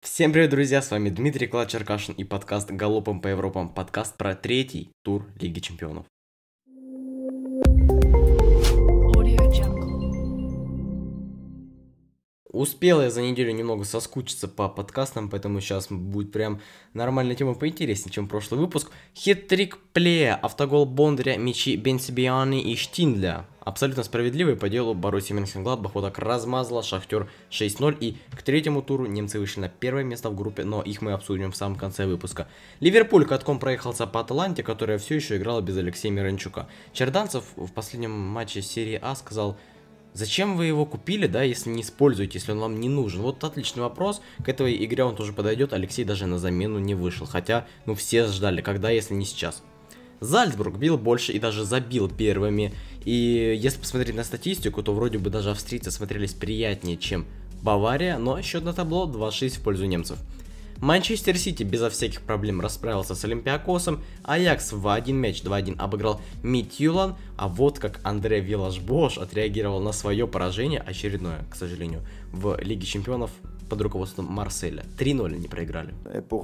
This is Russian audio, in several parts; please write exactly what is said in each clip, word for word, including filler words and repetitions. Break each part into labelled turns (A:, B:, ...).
A: Всем привет, друзья, с вами Дмитрий Клад-Черкашин и подкаст «Галопом по Европам», подкаст про третий тур Лиги Чемпионов. Успел я за неделю немного соскучиться по подкастам, поэтому сейчас будет прям нормальная тема поинтереснее, чем прошлый выпуск. Хет-трик Плея, автогол Бондаря, мячи Бенсибиани и Штиндля. Абсолютно справедливый по делу Боруссия Мönchengladbach вот так размазала Шахтер шесть ноль, и к третьему туру немцы вышли на первое место в группе, но их мы обсудим в самом конце выпуска. Ливерпуль катком проехался по Аталанте, которая все еще играла без Алексея Миранчука. Черданцев в последнем матче серии А сказал: зачем вы его купили, да, если не используете, если он вам не нужен? Вот отличный вопрос, к этой игре он тоже подойдет, Алексей даже на замену не вышел, хотя, ну, все ждали, когда, если не сейчас. Зальцбург бил больше и даже забил первыми, и если посмотреть на статистику, то вроде бы даже австрийцы смотрелись приятнее, чем Бавария, но счет на табло два шесть в пользу немцев. Манчестер Сити безо всяких проблем расправился с Олимпиакосом, Аякс в один мяч два один обыграл Мидтьюлан, а вот как Андре Виллаш-Бош отреагировал на свое поражение, очередное, к сожалению, в Лиге Чемпионов под руководством Марселя. три ноль они проиграли.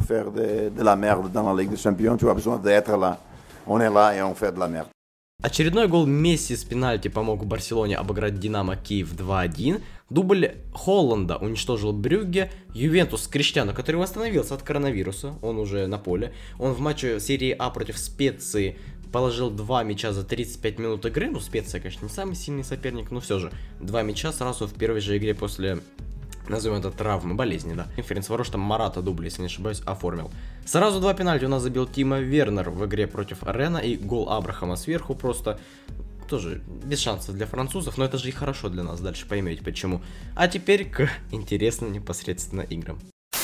A: Очередной гол Месси с пенальти помог Барселоне обыграть Динамо Киев два один. Дубль Холланда уничтожил Брюгге. Ювентус с Криштиану, который восстановился от коронавируса, он уже на поле. Он в матче серии А против Специи положил два мяча за тридцать пять минут игры. Ну, Специя, конечно, не самый сильный соперник, но все же. Два мяча сразу в первой же игре после, назовем это, травмы, болезни, да. Ференцварош там Марата дубль, если не ошибаюсь, оформил. Сразу два пенальти у нас забил Тимо Вернер в игре против Рена, и гол Абрахама сверху просто тоже без шансов для французов, но это же и хорошо для нас, дальше поймете почему. А теперь к интересным непосредственно играм.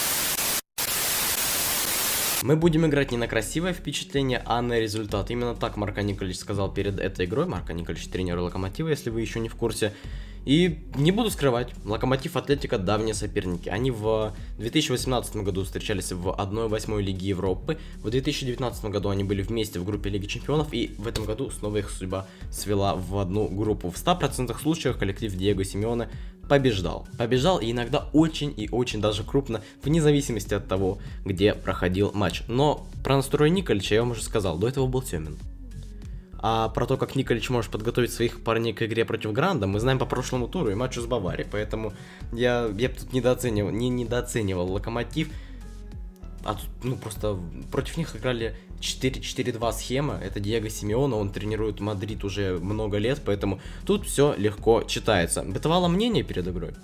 A: Мы будем играть не на красивое впечатление, а на результат. Именно так Марко Николич сказал перед этой игрой. Марко Николич тренер Локомотива, если вы еще не в курсе. И не буду скрывать, Локомотив, Атлетико давние соперники. Они в две тысячи восемнадцатом году встречались в одной восьмой Лиги Европы. В две тысячи девятнадцатом году они были вместе в группе Лиги Чемпионов. И в этом году снова их судьба свела в одну группу. В ста процентах случаев коллектив Диего Симеоне побеждал. Побеждал и иногда очень и очень даже крупно, вне зависимости от того, где проходил матч. Но про настрой Николича я вам уже сказал, до этого был Семин. А про то, как Николич может подготовить своих парней к игре против Гранда, мы знаем по прошлому туру и матчу с Баварией. Поэтому я, я тут недооценивал, не недооценивал Локомотив. А тут, ну, просто против них играли четыре четыре два схема. Это Диего Симеоне, он тренирует Мадрид уже много лет, поэтому тут все легко читается. Бытовало мнение перед игрой,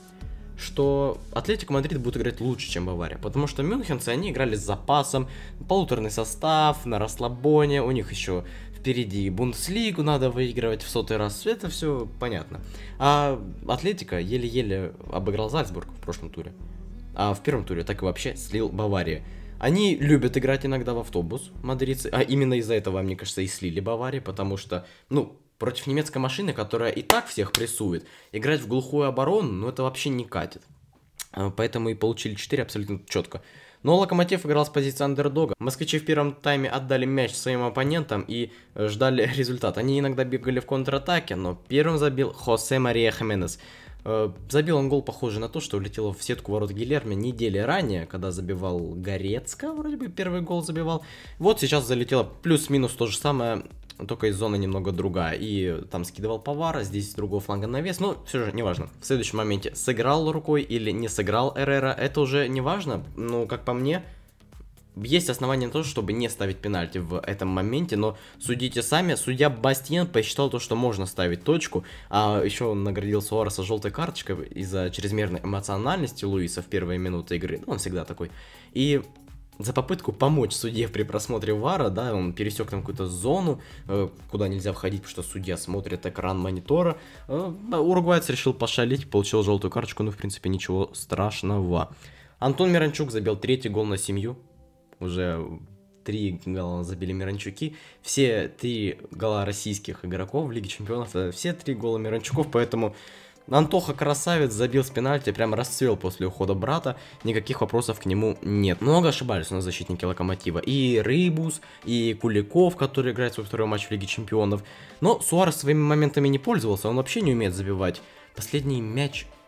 A: что Атлетико Мадрид будет играть лучше, чем Бавария, потому что мюнхенцы, они играли с запасом, полуторный состав, на расслабоне, у них еще впереди Бундеслигу надо выигрывать в сотый раз, это все понятно. А Атлетико еле-еле обыграл Зальцбург в прошлом туре, а в первом туре так и вообще слил Баварию. Они любят играть иногда в автобус, мадридцы, а именно из-за этого, мне кажется, и слили Баварию, потому что, ну, против немецкой машины, которая и так всех прессует, играть в глухую оборону, ну, это вообще не катит. Поэтому и получили четыре абсолютно четко. Но Локомотив играл с позиции андердога. Москвичи в первом тайме отдали мяч своим оппонентам и ждали результат. Они иногда бегали в контратаке, но первым забил Хосе Мария Хименес. Забил он гол, похожий на то, что улетело в сетку ворот Гильермо недели ранее, когда забивал Горецко, вроде бы первый гол забивал. Вот сейчас залетело плюс-минус то же самое, только из зоны немного другая. И там скидывал Павара, здесь с другого фланга навес. Но все же, неважно. В следующем моменте сыграл рукой или не сыграл Эррера, это уже не важно. Ну, как по мне, есть основания на то, чтобы не ставить пенальти в этом моменте, но судите сами. Судья Бастиен посчитал то, что можно ставить точку, а еще он наградил Суареса желтой карточкой из-за чрезмерной эмоциональности Луиса в первые минуты игры. Ну, он всегда такой. И за попытку помочь судье при просмотре ВАРа, да, он пересек там какую-то зону, э, куда нельзя входить, потому что судья смотрит экран монитора. Э, уругваец решил пошалить, получил желтую карточку, ну, в принципе, ничего страшного. Антон Миранчук забил третий гол на семью. Уже три гола забили Миранчуки. Все три гола российских игроков в Лиге Чемпионов, все три гола Миранчуков, поэтому Антоха красавец, забил с пенальти, прям расцвел после ухода брата, никаких вопросов к нему нет. Много ошибались у нас защитники Локомотива, и Рыбус, и Куликов, который играет свой второй матч в Лиге Чемпионов. Но Суарес своими моментами не пользовался, он вообще не умеет забивать. Последний мяч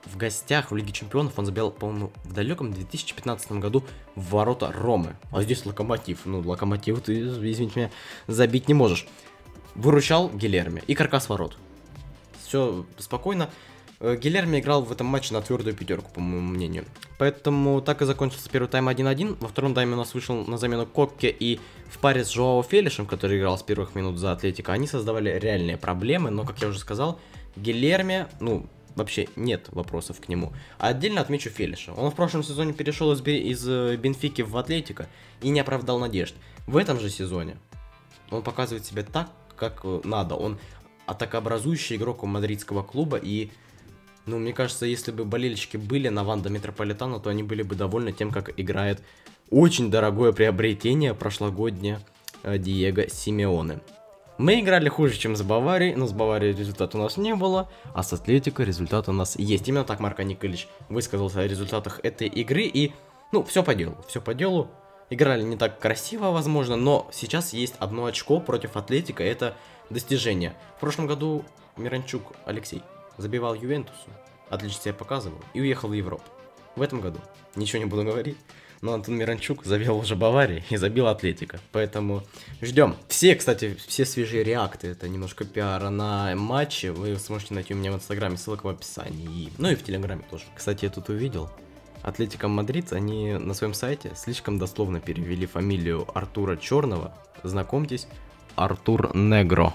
A: в гостях в Лиге Чемпионов он забил, по-моему, в далеком две тысячи пятнадцатом году в ворота Ромы. А здесь Локомотив. Ну, Локомотив ты, извините меня, забить не можешь. Выручал Гильерми и каркас ворот. Все спокойно. Гильерми играл в этом матче на твердую пятерку, по моему мнению. Поэтому так и закончился первый тайм один один. Во втором тайме у нас вышел на замену Кокке, и в паре с Жоао Фелишем, который играл с первых минут за Атлетико, они создавали реальные проблемы. Но, как я уже сказал, Гильерми, ну, вообще нет вопросов к нему. А отдельно отмечу Фелиша. Он в прошлом сезоне перешел из, из Бенфики в Атлетико и не оправдал надежд. В этом же сезоне он показывает себя так, как надо. Он атакообразующий игрок у мадридского клуба, и, ну, мне кажется, если бы болельщики были на Ванда Метрополитано, то они были бы довольны тем, как играет очень дорогое приобретение прошлогоднее Диего Симеоне. Мы играли хуже, чем с Баварией, но с Баварией результата у нас не было, а с Атлетико результат у нас есть. Именно так Марко Николич высказался о результатах этой игры, и, ну, все по делу, все по делу. Играли не так красиво, возможно, но сейчас есть одно очко против Атлетико, это достижение. В прошлом году Миранчук Алексей забивал Ювентусу, отлично себя показывал и уехал в Европу. В этом году ничего не буду говорить, но Антон Миранчук завел уже Баварии и забил Атлетико, поэтому ждем. Все, кстати, все свежие реакты, это немножко пиара на матче, вы сможете найти у меня в инстаграме, ссылка в описании, и... ну и в телеграме тоже. Кстати, я тут увидел, Атлетико Мадрид, они на своем сайте слишком дословно перевели фамилию Артура Черного, знакомьтесь, Артур Негро.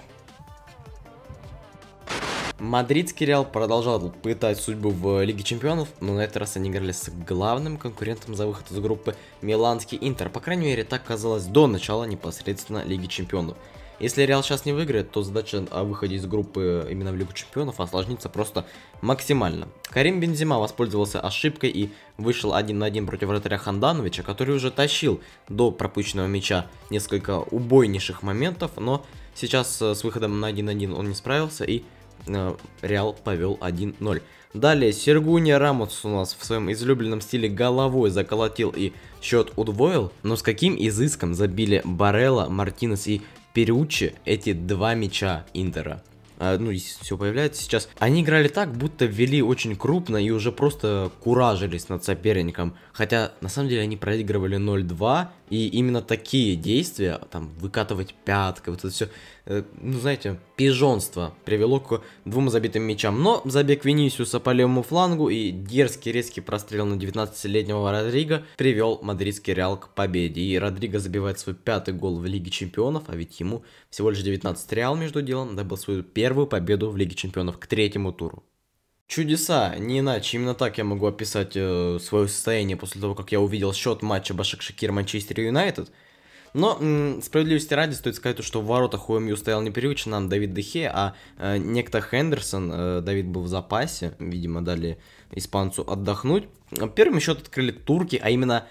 A: Мадридский Реал продолжал пытать судьбу в Лиге Чемпионов, но на этот раз они играли с главным конкурентом за выход из группы Миланский Интер. По крайней мере, так казалось до начала непосредственно Лиги Чемпионов. Если Реал сейчас не выиграет, то задача о выходе из группы именно в Лигу Чемпионов осложнится просто максимально. Карим Бензема воспользовался ошибкой и вышел один на один против вратаря Хандановича, который уже тащил до пропущенного мяча несколько убойнейших моментов, но сейчас с выходом на один на один он не справился и Реал повел один ноль. Далее Сергунья Рамос у нас в своем излюбленном стиле головой заколотил и счет удвоил. Но с каким изыском забили Барелла, Мартинес и Перуччи эти два мяча Интера. А, ну, все появляется сейчас. Они играли так, будто ввели очень крупно и уже просто куражились над соперником. Хотя, на самом деле, они проигрывали ноль два. И именно такие действия, там, выкатывать пяткой, вот это все, э, ну, знаете, пижонство привело к двум забитым мячам. Но забег Винисиуса по левому флангу и дерзкий резкий прострел на девятнадцатилетнего Родриго привел мадридский Реал к победе. И Родриго забивает свой пятый гол в Лиге Чемпионов, а ведь ему всего лишь девятнадцать. Реал, между делом, добыл свою первую победу в Лиге Чемпионов к третьему туру. Чудеса, не иначе, именно так я могу описать э, свое состояние после того, как я увидел счет матча Башак-Шахир Манчестер Юнайтед. Но м, справедливости ради стоит сказать, что в воротах у МЮ стоял непривычно нам Давид Де Хея, а э, некто Хендерсон, э, Давид был в запасе, видимо, дали испанцу отдохнуть. Первым счет открыли турки, а именно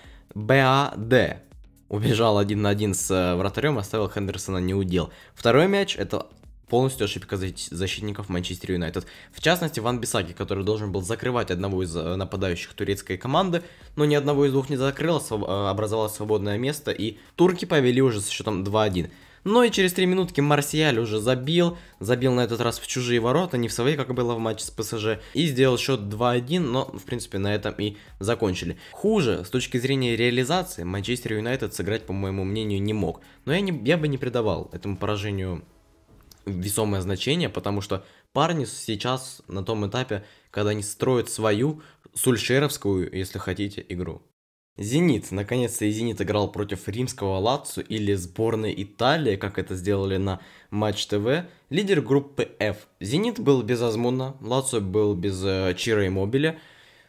A: БАД. Убежал один на один с э, вратарем, оставил Хендерсона неудел. Второй мяч — это полностью ошибка защитников Манчестер Юнайтед. В частности, Ван Бисаки, который должен был закрывать одного из нападающих турецкой команды, но ни одного из двух не закрыл, образовалось свободное место, и турки повели уже со счетом два один. Но и через три минутки Марсиаль уже забил, забил на этот раз в чужие ворота, не в свои, как было в матче с ПСЖ, и сделал счет два один, но, в принципе, на этом и закончили. Хуже, с точки зрения реализации, Манчестер Юнайтед сыграть, по моему мнению, не мог. Но я, не, я бы не придавал этому поражению весомое значение, потому что парни сейчас на том этапе, когда они строят свою сульшеровскую, если хотите, игру. Зенит. Наконец-то и Зенит играл против римского Лацио или сборной Италии, как это сделали на Матч ТВ. Лидер группы F. Зенит был без Азмуна, Лацио был без э, Чиро Иммобиле.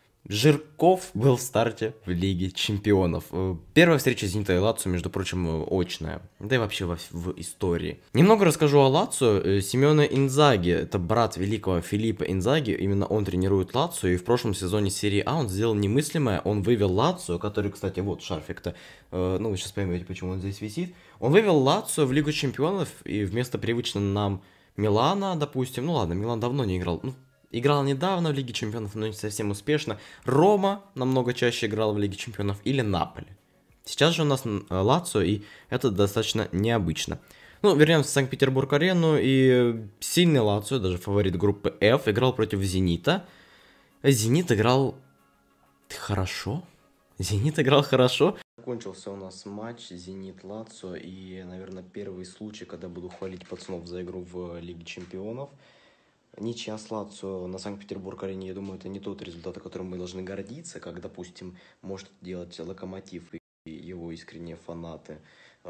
A: Жирков был в старте в Лиге Чемпионов. Первая встреча Зенита и Лацио, между прочим, очная. Да и вообще в, в истории. Немного расскажу о Лацио. Симеоне Инзаги, это брат великого Филиппа Инзаги. Именно он тренирует Лацио. И в прошлом сезоне серии А он сделал немыслимое. Он вывел Лацио, который, кстати, вот шарфик-то. Ну, вы сейчас поймете, почему он здесь висит. Он вывел Лацио в Лигу Чемпионов. И вместо привычного нам Милана, допустим. Ну ладно, Милан давно не играл. Ну, играл недавно в Лиге Чемпионов, но не совсем успешно. Рома намного чаще играл в Лиге Чемпионов или Наполи. Сейчас же у нас Лацио, и это достаточно необычно. Ну, вернемся в Санкт-Петербург-арену, и сильный Лацио, даже фаворит группы F, играл против Зенита. Зенит играл хорошо. Зенит играл хорошо. Закончился у нас матч Зенит-Лацио, и, наверное, первый случай, когда буду хвалить пацанов за игру в Лиге Чемпионов. Ничья с Лацио на Санкт-Петербург-арене, я думаю, это не тот результат, о котором мы должны гордиться, как, допустим, может делать Локомотив и его искренние фанаты.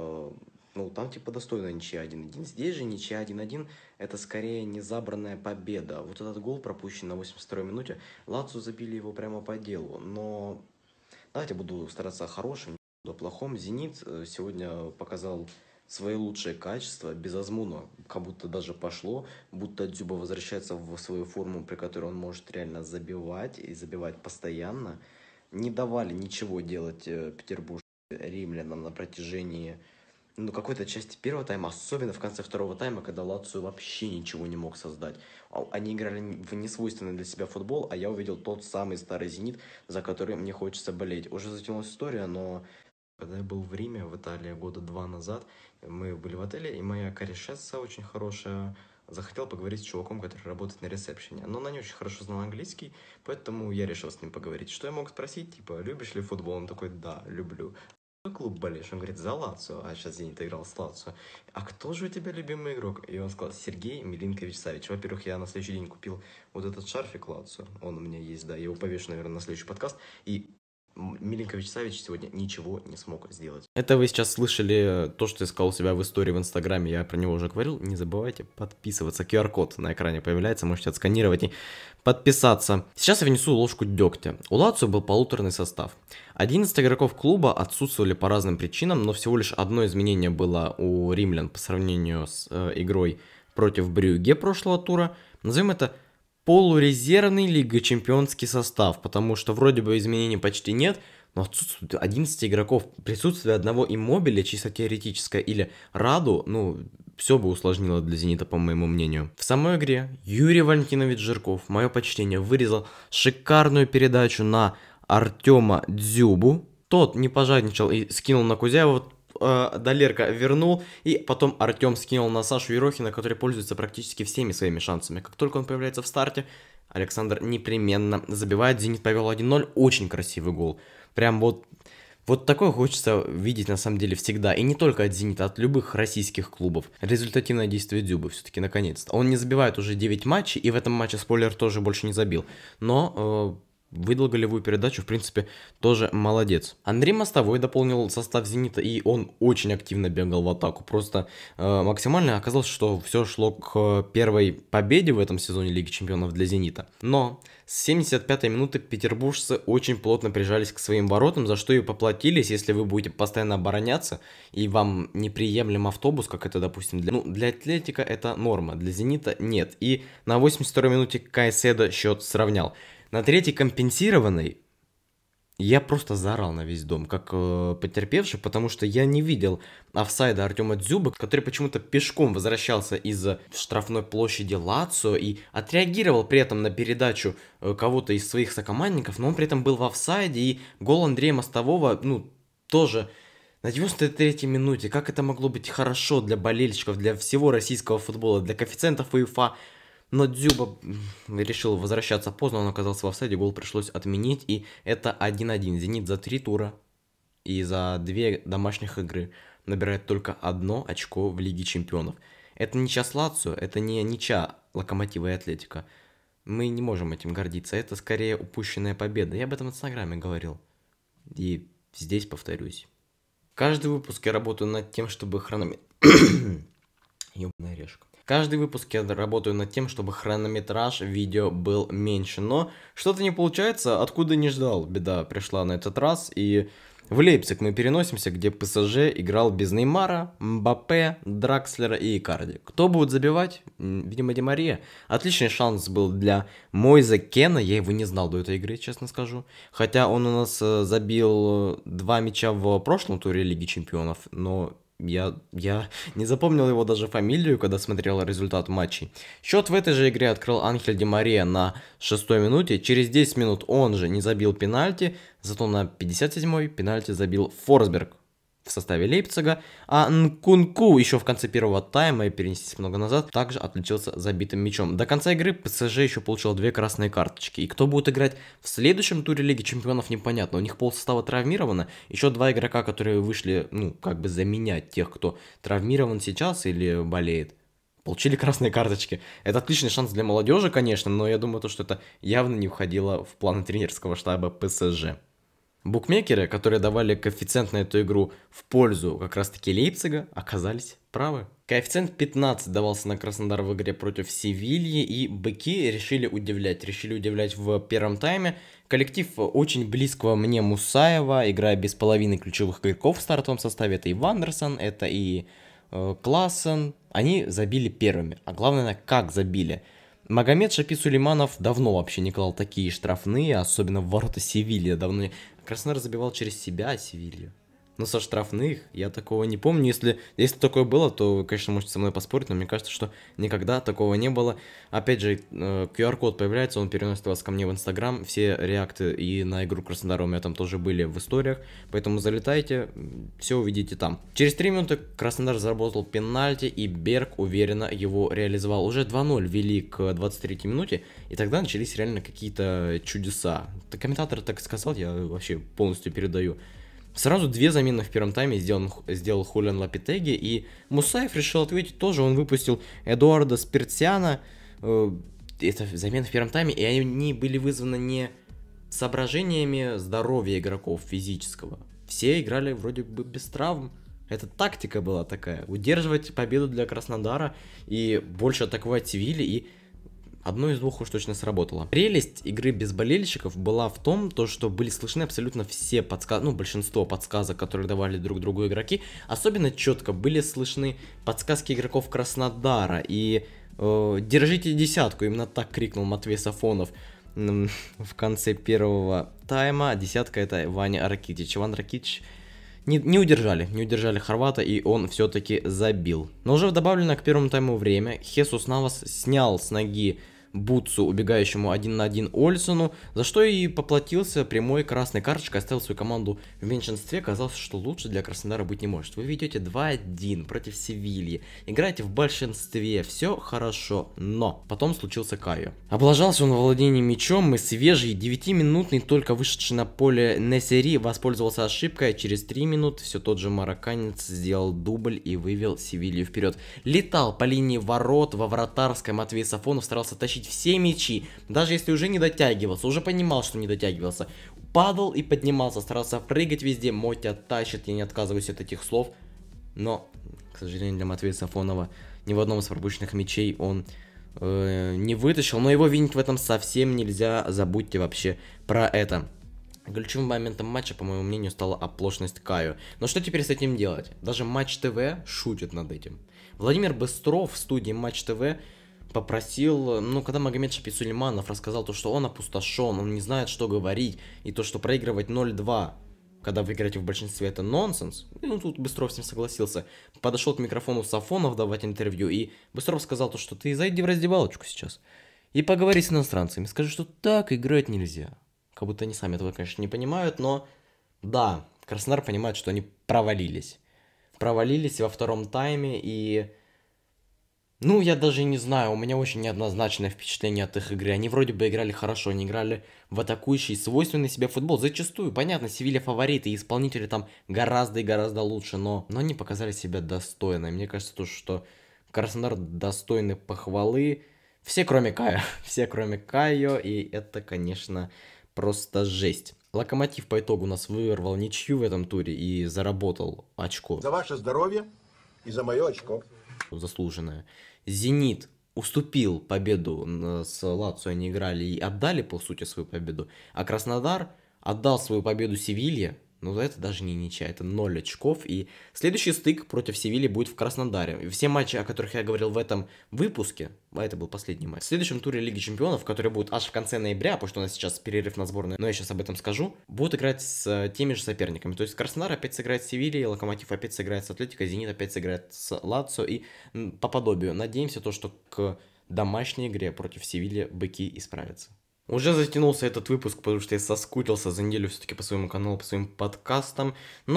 A: Ну, там типа достойная ничья один-один. Здесь же ничья один-один – это скорее не забранная победа. Вот этот гол, пропущенный на восемьдесят второй минуте, Лацио забили его прямо по делу. Но давайте буду стараться хорошим, не буду плохом. Зенит сегодня показал свои лучшие качества, без Азмуна как будто даже пошло, будто Дзюба возвращается в свою форму, при которой он может реально забивать и забивать постоянно. Не давали ничего делать петербуржцам, римлянам на протяжении ну, какой-то части первого тайма, особенно в конце второго тайма, когда Лацио вообще ничего не мог создать. Они играли в несвойственный для себя футбол, а я увидел тот самый старый Зенит, за который мне хочется болеть. Уже затянулась история, но когда я был в Риме, в Италии, года два назад, мы были в отеле, и моя корешесса очень хорошая захотела поговорить с чуваком, который работает на ресепшене. Но она не очень хорошо знала английский, поэтому я решил с ним поговорить. Что я мог спросить? Типа, любишь ли футбол? Он такой, да, люблю. Клуб болеешь? Он говорит, за Лацио, а сейчас Зенит играл с Лацио. А кто же у тебя любимый игрок? И он сказал, Сергей Милинкович-Савич. Во-первых, я на следующий день купил вот этот шарфик Лацио, он у меня есть, да, я его повешу, наверное, на следующий подкаст, и Милинкович-Савич сегодня ничего не смог сделать. Это вы сейчас слышали то, что я сказал у себя в истории в Инстаграме, я про него уже говорил. Не забывайте подписываться, ку ар код на экране появляется, можете отсканировать и подписаться. Сейчас я внесу ложку дегтя. У Лацио был полуторный состав. одиннадцать игроков клуба отсутствовали по разным причинам, но всего лишь одно изменение было у римлян по сравнению с э, игрой против Брюгге прошлого тура. Назовем это полурезервный Лига Чемпионский состав, потому что вроде бы изменений почти нет, но отсутствует одиннадцать игроков. Присутствие одного Иммобиля, чисто теоретическое, или Раду, ну, все бы усложнило для Зенита, по моему мнению. В самой игре Юрий Валентинович Жирков, мое почтение, вырезал шикарную передачу на Артема Дзюбу. Тот не пожадничал и скинул на Кузяева. Далерка вернул, и потом Артем скинул на Сашу Ерохина, который пользуется практически всеми своими шансами. Как только он появляется в старте, Александр непременно забивает. Зенит повел один ноль, очень красивый гол. Прям вот, вот такое хочется видеть на самом деле всегда. И не только от Зенита, от любых российских клубов. Результативное действие Дзюбы все-таки наконец-то. Он не забивает уже девять матчей, и в этом матче, спойлер, тоже больше не забил. Но... Э выдал голевую передачу, в принципе, тоже молодец. Андрей Мостовой дополнил состав Зенита, и он очень активно бегал в атаку. Просто э, максимально оказалось, что все шло к первой победе в этом сезоне Лиги Чемпионов для Зенита. Но с семьдесят пятой минуты петербуржцы очень плотно прижались к своим воротам, за что и поплатились. Если вы будете постоянно обороняться, и вам неприемлем автобус, как это, допустим, для, ну, для Атлетика это норма, для Зенита нет. И на восемьдесят второй минуте Кайседо счет сравнял. На третьей компенсированной я просто заорал на весь дом, как э, потерпевший, потому что я не видел офсайда Артема Дзюбы, который почему-то пешком возвращался из штрафной площади Лацио и отреагировал при этом на передачу э, кого-то из своих сокомандников, но он при этом был в офсайде, и гол Андрея Мостового, ну, тоже... На девяносто третьей минуте, как это могло быть хорошо для болельщиков, для всего российского футбола, для коэффициентов УЕФА. Но Дзюба решил возвращаться поздно, он оказался в офсайде, гол пришлось отменить, и это один один. Зенит за три тура и за две домашних игры набирает только одно очко в Лиге Чемпионов. Это ничья с Лацио, это не ничья Локомотива и Атлетика. Мы не можем этим гордиться, это скорее упущенная победа. Я об этом в Инстаграме говорил, и здесь повторюсь. Каждый выпуск я работаю над тем, чтобы хронометраж... Ёбаная решка. Каждый выпуск я работаю над тем, чтобы хронометраж видео был меньше, но что-то не получается, откуда не ждал. Беда пришла на этот раз, и в Лейпциг мы переносимся, где ПСЖ играл без Неймара, Мбаппе, Дракслера и Икарди. Кто будет забивать? Видимо, Ди Мария. Отличный шанс был для Мойзе Кена, я его не знал до этой игры, честно скажу. Хотя он у нас забил два мяча в прошлом туре Лиги Чемпионов, но... Я, я не запомнил его даже фамилию, когда смотрел результат матчей. Счет в этой же игре открыл Анхель Ди Мария на шестой минуте. Через десять минут он же не забил пенальти, зато на пятьдесят седьмой пенальти забил Форсберг. в составе Лейпцига, а Нкунку еще в конце первого тайма, и перенестись много назад, также отличился забитым мячом. До конца игры ПСЖ еще получил две красные карточки, и кто будет играть в следующем туре Лиги Чемпионов, непонятно, у них полсостава травмировано, еще два игрока, которые вышли, ну, как бы заменять тех, кто травмирован сейчас или болеет, получили красные карточки. Это отличный шанс для молодежи, конечно, но я думаю, то, что это явно не входило в планы тренерского штаба ПСЖ. Букмекеры, которые давали коэффициент на эту игру в пользу как раз таки Лейпцига, оказались правы. Коэффициент пятнадцать давался на Краснодар в игре против Севильи, и быки решили удивлять. Решили удивлять в первом тайме. Коллектив очень близкого мне Мусаева, играя без половины ключевых игроков в стартовом составе. Это и Вандерсон, это и э, Классен. Они забили первыми. А главное, как забили. Магомед Шапи Сулейманов давно вообще не клал такие штрафные, особенно в ворота Севильи. Давно Краснодар забивал через себя Севилью. Но со штрафных я такого не помню. Если, если такое было, то, конечно, можете со мной поспорить, но мне кажется, что никогда такого не было. Опять же, ку ар код появляется, он переносит вас ко мне в Инстаграм. Все реакты и на игру Краснодара у меня там тоже были в историях. Поэтому залетайте, все увидите там. Через три минуты Краснодар заработал пенальти, и Берг уверенно его реализовал. Уже два ноль вели к двадцать третьей минуте, и тогда начались реально какие-то чудеса. Комментатор так сказал, я вообще полностью передаю. Сразу две замены в первом тайме сделал, сделал Хулиан Лопетеги, и Мусаев решил ответить тоже. Он выпустил Эдуарда Спиртсиана. Это замена в первом тайме, и они были вызваны не соображениями здоровья игроков физического. Все играли вроде бы без травм. Это тактика была такая. Удерживать победу для Краснодара и больше атаковать Севильи, и одно из двух уж точно сработало. Прелесть игры без болельщиков была в том, то, что были слышны абсолютно все подсказки, ну, большинство подсказок, которые давали друг другу игроки. Особенно четко были слышны подсказки игроков Краснодара. И э, держите десятку, именно так крикнул Матвей Сафонов э, в конце первого тайма. Десятка — это Ваня Ракитич. Иван Ракитич не, не удержали, не удержали хорвата, и он все-таки забил. Но уже в добавленное к первому тайму время Хесус Навас снял с ноги Бутсу, убегающему один на один Ольсону, за что и поплатился прямой красной карточкой, оставил свою команду в меньшинстве. Казалось, что лучше для Краснодара быть не может. Вы ведете два один против Севильи, играете в большинстве, все хорошо, но потом случился Кайо. Облажался он во владении мячом, и свежий девятиминутный, только вышедший на поле Несери, воспользовался ошибкой, а через три минуты все тот же марокканец сделал дубль и вывел Севилью вперед. Летал по линии ворот, во вратарской Матвей Сафонов старался тащить все мячи, даже если уже не дотягивался, уже понимал, что не дотягивался. Падал и поднимался, старался прыгать везде. Мотя тащит, я не отказываюсь от этих слов. Но, к сожалению, для Матвея Сафонова ни в одном из пропущенных мячей он э, не вытащил. Но его винить в этом совсем нельзя, забудьте вообще про это. Ключевым моментом матча, по моему мнению, стала оплошность Кайо. Но что теперь с этим делать? Даже Матч ТВ шутит над этим. Владимир Быстров в студии Матч ТВ попросил, ну, когда Магомед Шапи Сулейманов рассказал то, что он опустошен, он не знает, что говорить, и то, что проигрывать ноль два, когда вы играете в большинстве, это нонсенс, и ну, тут Быстров с ним согласился. Подошел к микрофону Сафонов давать интервью, и Быстров сказал то, что ты зайди в раздевалочку сейчас и поговори с иностранцами, скажи, что так играть нельзя. Как будто они сами этого, конечно, не понимают, но да, Краснодар понимает, что они провалились. Провалились во втором тайме, и ну, я даже не знаю, у меня очень неоднозначное впечатление от их игры. Они вроде бы играли хорошо, они играли в атакующий, свойственный себе футбол. Зачастую, понятно, Севилья фавориты, и исполнители там гораздо и гораздо лучше, но, но они показали себя достойно. И мне кажется, то, что Краснодар достойны похвалы. Все, кроме Кайо. Все, кроме Кайо, и это, конечно, просто жесть. Локомотив по итогу нас вырвал ничью в этом туре и заработал очко.
B: За ваше здоровье и за мое очко.
A: Заслуженное. Зенит уступил победу с Лацио, они играли и отдали, по сути, свою победу. А Краснодар отдал свою победу Севилье. Ну, это даже не ничья, это ноль очков. И следующий стык против Севильи будет в Краснодаре. И все матчи, о которых я говорил в этом выпуске, а это был последний матч, в следующем туре Лиги Чемпионов, который будет аж в конце ноября, потому что у нас сейчас перерыв на сборную, но я сейчас об этом скажу, будут играть с теми же соперниками. То есть Краснодар опять сыграет с Севильей, Локомотив опять сыграет с Атлетико, Зенит опять сыграет с Лацио. И по подобию надеемся, то, что к домашней игре против Севильи быки исправятся. Уже затянулся этот выпуск, потому что я соскучился за неделю все-таки по своему каналу, по своим подкастам. Но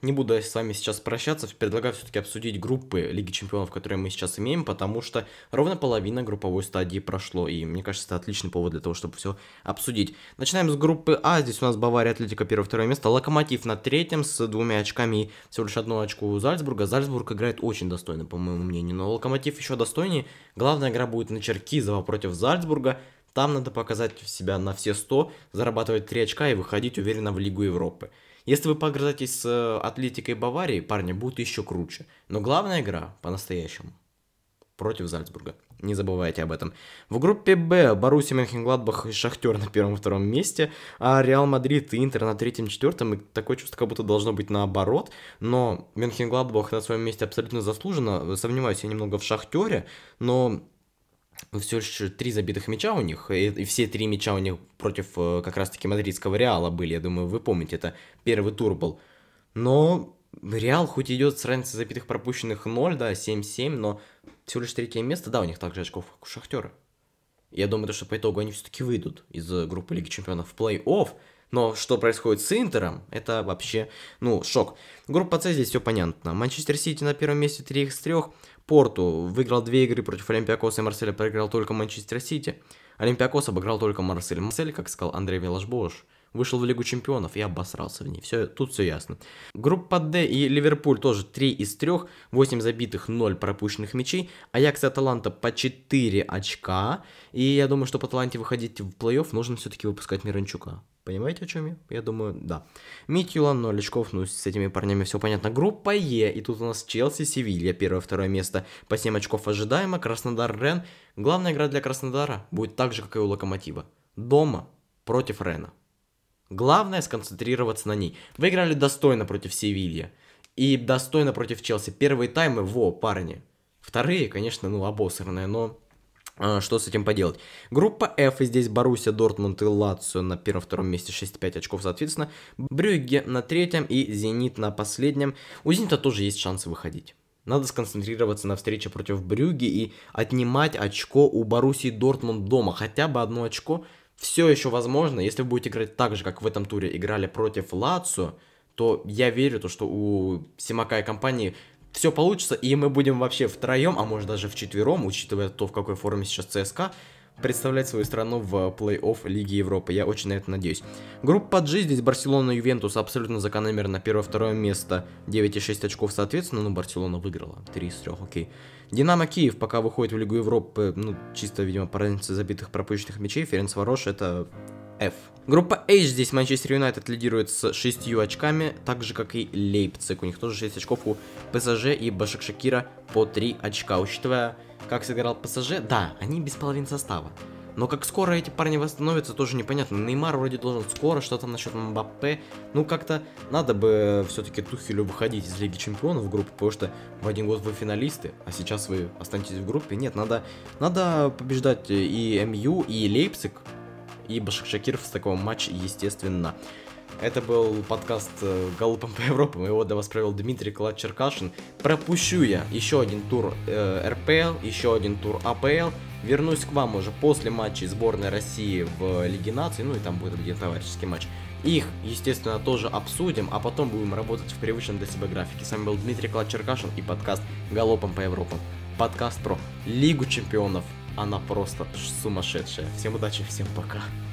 A: не буду с вами сейчас прощаться, предлагаю все-таки обсудить группы Лиги Чемпионов, которые мы сейчас имеем, потому что ровно половина групповой стадии прошло, и мне кажется, это отличный повод для того, чтобы все обсудить. Начинаем с группы А, здесь у нас Бавария, Атлетико, первое-второе место, Локомотив на третьем с двумя очками и всего лишь одну очку у Зальцбурга. Зальцбург играет очень достойно, по моему мнению, но Локомотив еще достойнее. Главная игра будет на Черкизово против Зальцбурга. Там надо показать себя на все сто, зарабатывать три очка и выходить уверенно в Лигу Европы. Если вы поиграетесь с Атлетикой и Баварией, парни, будет еще круче. Но главная игра по-настоящему против Зальцбурга. Не забывайте об этом. В группе Б Боруссия, Мönchengladbach и Шахтер на первом и втором месте, а Реал Мадрид и Интер на третьем и четвертом. И такое чувство, как будто должно быть наоборот. Но Mönchengladbach на своем месте абсолютно заслуженно. Сомневаюсь я немного в Шахтере, но всего лишь три забитых мяча у них, и, и все три мяча у них против э, как раз-таки мадридского Реала были, я думаю, вы помните, это первый тур был. Но Реал хоть идет с разницей забитых пропущенных ноль, да, семь-семь, но всего лишь третье место, да, у них также очков, как у Шахтера. Я думаю, что по итогу они все-таки выйдут из группы Лиги Чемпионов в плей-офф. Но что происходит с Интером, это вообще, ну, шок. Группа С, здесь все понятно. Манчестер Сити на первом месте три из трех. Порту выиграл две игры против Олимпиакоса и Марселя, проиграл только Манчестер Сити. Олимпиакос обыграл только Марсель. Марсель, как сказал Андрей Виллаш-Бош, вышел в Лигу Чемпионов и обосрался в ней. Все, тут все ясно. Группа Д и Ливерпуль тоже три из трех. восемь забитых, ноль пропущенных мячей. Аякс и Аталанта по четыре очка. И я думаю, что по Аталанте выходить в плей-офф нужно все-таки выпускать Миранчука. Понимаете, о чем я? Я думаю, да. Митьюлан, ноль очков, ну, с этими парнями все понятно. Группа Е, и тут у нас Челси, Севилья, первое-второе место, по семь очков ожидаемо. Краснодар, Рен. Главная игра для Краснодара будет так же, как и у Локомотива. Дома против Рена. Главное сконцентрироваться на ней. Вы играли достойно против Севилья и достойно против Челси. Первые таймы, во, парни. Вторые, конечно, ну, обосранные, но... Что с этим поделать? Группа F, и здесь Боруссия, Дортмунд и Лацио на первом-втором месте, шесть и пять очков, соответственно. Брюгге на третьем и Зенит на последнем. У Зенита тоже есть шансы выходить. Надо сконцентрироваться на встрече против Брюгге и отнимать очко у Боруссии Дортмунд дома. Хотя бы одно очко все еще возможно. Если вы будете играть так же, как в этом туре играли против Лацио, то я верю, то, что у Симака и компании... все получится, и мы будем вообще втроем, а может даже вчетвером, учитывая то, в какой форме сейчас ЦСКА, представлять свою страну в плей-офф Лиги Европы. Я очень на это надеюсь. Группа G, здесь Барселона и Ювентус абсолютно закономерно. Первое-второе место, девять и шесть очков соответственно, но Барселона выиграла. три из трех, окей. Динамо Киев пока выходит в Лигу Европы, ну, чисто, видимо, по разнице забитых пропущенных мячей. Ференцварош это... F. Группа H, здесь Манчестер Юнайтед лидирует с шестью очками, так же как и Лейпциг. У них тоже шесть очков, у ПСЖ и Башакшакира по три очка. Учитывая, как сыграл ПСЖ, да, они без половины состава. Но как скоро эти парни восстановятся, тоже непонятно. Неймар вроде должен скоро, что там насчет Мбаппе. Ну как-то надо бы все-таки Тухелю выходить из Лиги Чемпионов в группу, потому что в один год вы финалисты, а сейчас вы останетесь в группе. Нет, надо, надо побеждать и МЮ, и Лейпциг. И Башакшакир в таком матче, естественно. Это был подкаст «Галопом по Европе». Его для вас провел Дмитрий Клад-Черкашин. Пропущу я еще один тур э, эр пэ эл, еще один тур а пэ эл. Вернусь к вам уже после матчей сборной России в Лиге Наций. Ну и там будет где-то товарищеский матч. Их, естественно, тоже обсудим, а потом будем работать в привычном для себя графике. С вами был Дмитрий Клад-Черкашин и подкаст «Галопом по Европе». Подкаст про Лигу Чемпионов. Она просто сумасшедшая. Всем удачи, всем пока.